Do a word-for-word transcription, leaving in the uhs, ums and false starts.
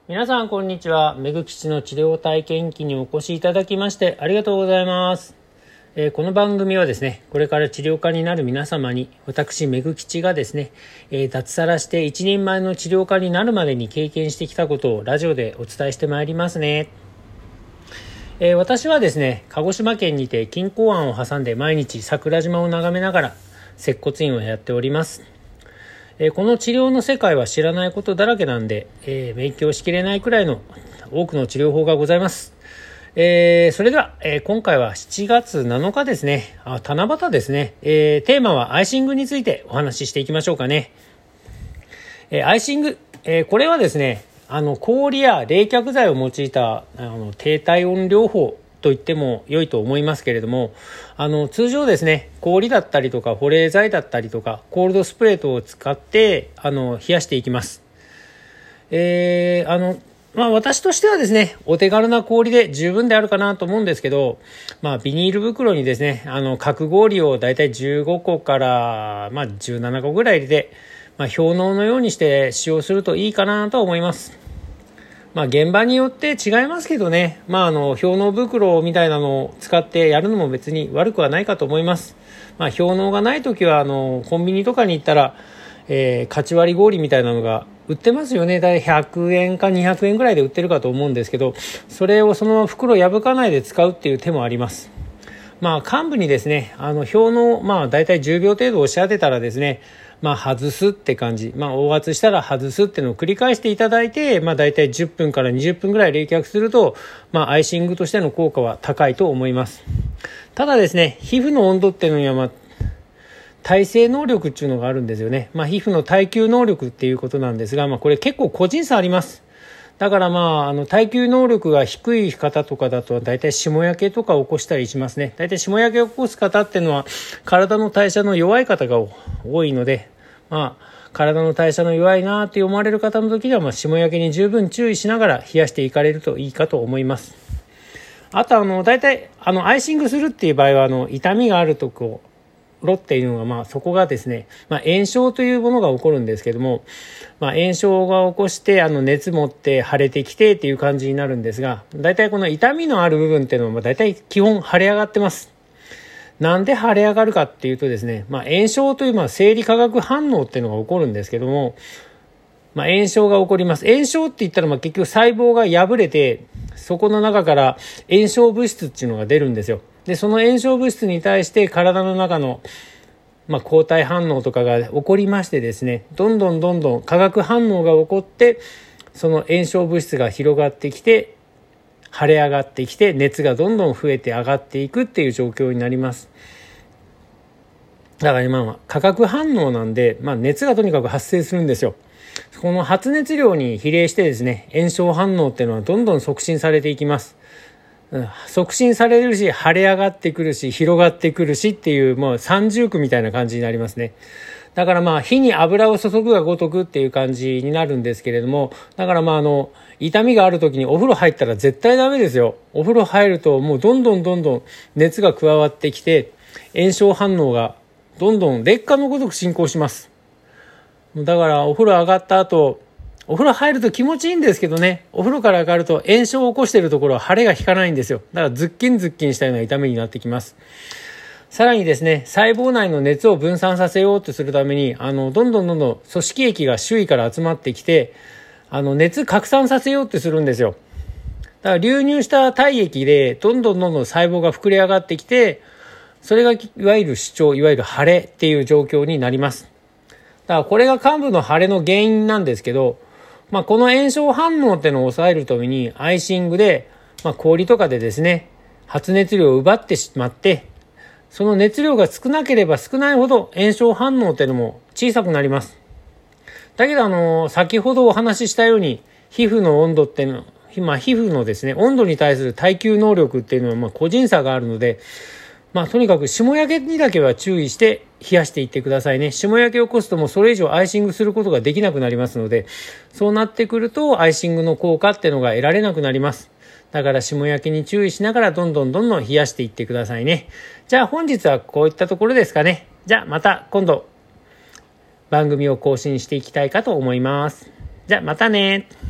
皆さんこんにちは。めぐきちの治療体験記にお越しいただきましてありがとうございます。えー、この番組はですね、これから治療家になる皆様に私めぐきちがですね、えー、脱サラして一人前の治療家になるまでに経験してきたことをラジオでお伝えしてまいりますね。えー、私はですね、鹿児島県にて錦江湾を挟んで毎日桜島を眺めながら接骨院をやっております。えー、この治療の世界は知らないことだらけなんで、えー、勉強しきれないくらいの多くの治療法がございます。えー、それでは、えー、今回はしちがつなのかですね、あ、七夕ですね、えー、テーマはアイシングについてお話ししていきましょうかね。えー、アイシング、えー、これはですね、あの氷や冷却剤を用いたあの低体温療法と言っても良いと思いますけれども、あの通常ですね、氷だったりとか保冷剤だったりとかコールドスプレートを使ってあの冷やしていきます。えー、あのまあ私としてはですね、お手軽な氷で十分であるかなと思うんですけど、まあビニール袋にですね、あの角氷をだいたいじゅうごこからまあじゅうななこぐらい入れて、まあ氷のうのようにして使用するといいかなと思います。まあ現場によって違いますけどね、まああの氷のう袋みたいなのを使ってやるのも別に悪くはないかと思います。まあ氷のうがないときはあのコンビニとかに行ったら、えー、かち割り氷みたいなのが売ってますよね。だいたいひゃくえんかにひゃくえんぐらいで売ってるかと思うんですけど、それをそのまま袋を破かないで使うっていう手もあります。まあ幹部にですね、あの表のまあだいたいじゅうびょう程度押し当てたらですね、まあ外すって感じ、まあ大圧したら外すっていうのを繰り返していただいて、まあだいたいじゅっぷんからにじゅっぷんぐらい冷却すると、まあアイシングとしての効果は高いと思います。ただですね、皮膚の温度っていうのにはまあ耐性能力っていうのがあるんですよね。まあ皮膚の耐久能力っていうことなんですが、まあこれ結構個人差あります。だからまあ、あの耐久能力が低い方とかだと大体霜焼けとか起こしたりしますね。大体霜焼けを起こす方っていうのは体の代謝の弱い方が多いので、まあ体の代謝の弱いなって思われる方の時には、まあ霜焼けに十分注意しながら冷やしていかれるといいかと思います。あとあの大体あのアイシングするっていう場合はあの痛みがあるとこうロっていうのが、まあ、そこがですね、まあ、炎症というものが起こるんですけども、まあ、炎症が起こして、あの、熱持って腫れてきてっていう感じになるんですが、大体この痛みのある部分っていうのは、大体基本腫れ上がってます。なんで腫れ上がるかっていうとですね、まあ、炎症という、まあ、生理化学反応っていうのが起こるんですけども、まあ、炎症が起こります。炎症って言ったら、まあ、結局細胞が破れて、そこの中から炎症物質っていうのが出るんですよ。で、その炎症物質に対して体の中の、まあ、抗体反応とかが起こりましてですね、どんどんどんどん化学反応が起こって、その炎症物質が広がってきて、腫れ上がってきて、熱がどんどん増えて上がっていくっていう状況になります。だから今は化学反応なんで、まあ、熱がとにかく発生するんですよ。この発熱量に比例してですね、炎症反応っていうのはどんどん促進されていきます。促進されるし、腫れ上がってくるし、広がってくるしっていう、もう三重苦みたいな感じになりますね。だからまあ、火に油を注ぐがごとくっていう感じになるんですけれども、だからまあ、あの、痛みがある時にお風呂入ったら絶対ダメですよ。お風呂入るともうどんどんどんどん熱が加わってきて、炎症反応がどんどん劣化のごとく進行します。だからお風呂上がった後、お風呂入ると気持ちいいんですけどね、お風呂から上がると炎症を起こしているところは腫れが引かないんですよ。だからズッキンズッキンしたような痛みになってきます。さらにですね、細胞内の熱を分散させようとするために、あの、どんどんどんどん組織液が周囲から集まってきて、あの、熱拡散させようとするんですよ。だから流入した体液で、どんどんどんどん細胞が膨れ上がってきて、それがいわゆる腫脹、いわゆる腫れっていう状況になります。だからこれが患部の腫れの原因なんですけど、まあ、この炎症反応っていうのを抑えるためにアイシングで、まあ、氷とかでですね、発熱量を奪ってしまって、その熱量が少なければ少ないほど炎症反応っていうのも小さくなります。だけどあの先ほどお話ししたように皮膚の温度っていうの、まあ、皮膚のですね温度に対する耐久能力っていうのはまあ個人差があるので、まあとにかく霜焼けにだけは注意して冷やしていってくださいね。霜焼けを起こすともうそれ以上アイシングすることができなくなりますので、そうなってくるとアイシングの効果っていうのが得られなくなります。だから霜焼けに注意しながらどんどんどんどん冷やしていってくださいね。じゃあ本日はこういったところですかね。じゃあまた今度番組を更新していきたいかと思います。じゃあまたね。